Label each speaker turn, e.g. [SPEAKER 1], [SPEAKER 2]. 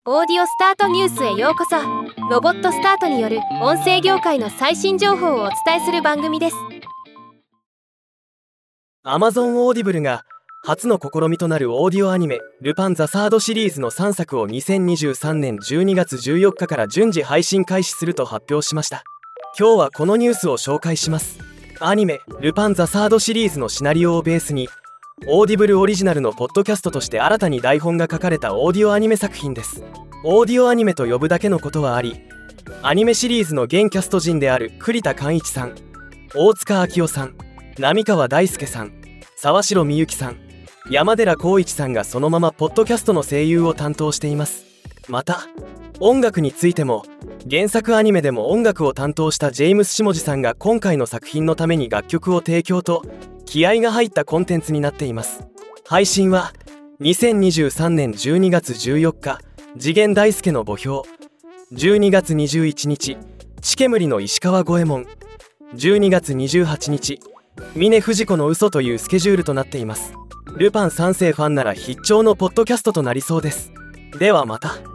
[SPEAKER 1] オーディオスタートニュースへようこそ。ロボットスタートによる音声業界の最新情報をお伝えする番組です。
[SPEAKER 2] Amazon オーディブルが初の試みとなるオーディオアニメルパン・ザ・サードシリーズの3作を2023年12月14日から順次配信開始すると発表しました。今日はこのニュースを紹介します。アニメルパン・ザ・サードシリーズのシナリオをベースにオーディブルオリジナルのポッドキャストとして新たに台本が書かれたオーディオアニメ作品です。オーディオアニメと呼ぶだけのことはあり、アニメシリーズの現キャスト陣である栗田貫一さん、大塚明夫さん、浪川大輔さん、沢城みゆきさん、山寺宏一さんがそのままポッドキャストの声優を担当しています。また音楽についても原作アニメでも音楽を担当したジェームス下地さんが今回の作品のために楽曲を提供と気合が入ったコンテンツになっています。配信は2023年12月14日次元大介の墓標、12月21日血煙の石川五右衛門、12月28日峰不二子の嘘というスケジュールとなっています。ルパン三世ファンなら必聴のポッドキャストとなりそうです。ではまた。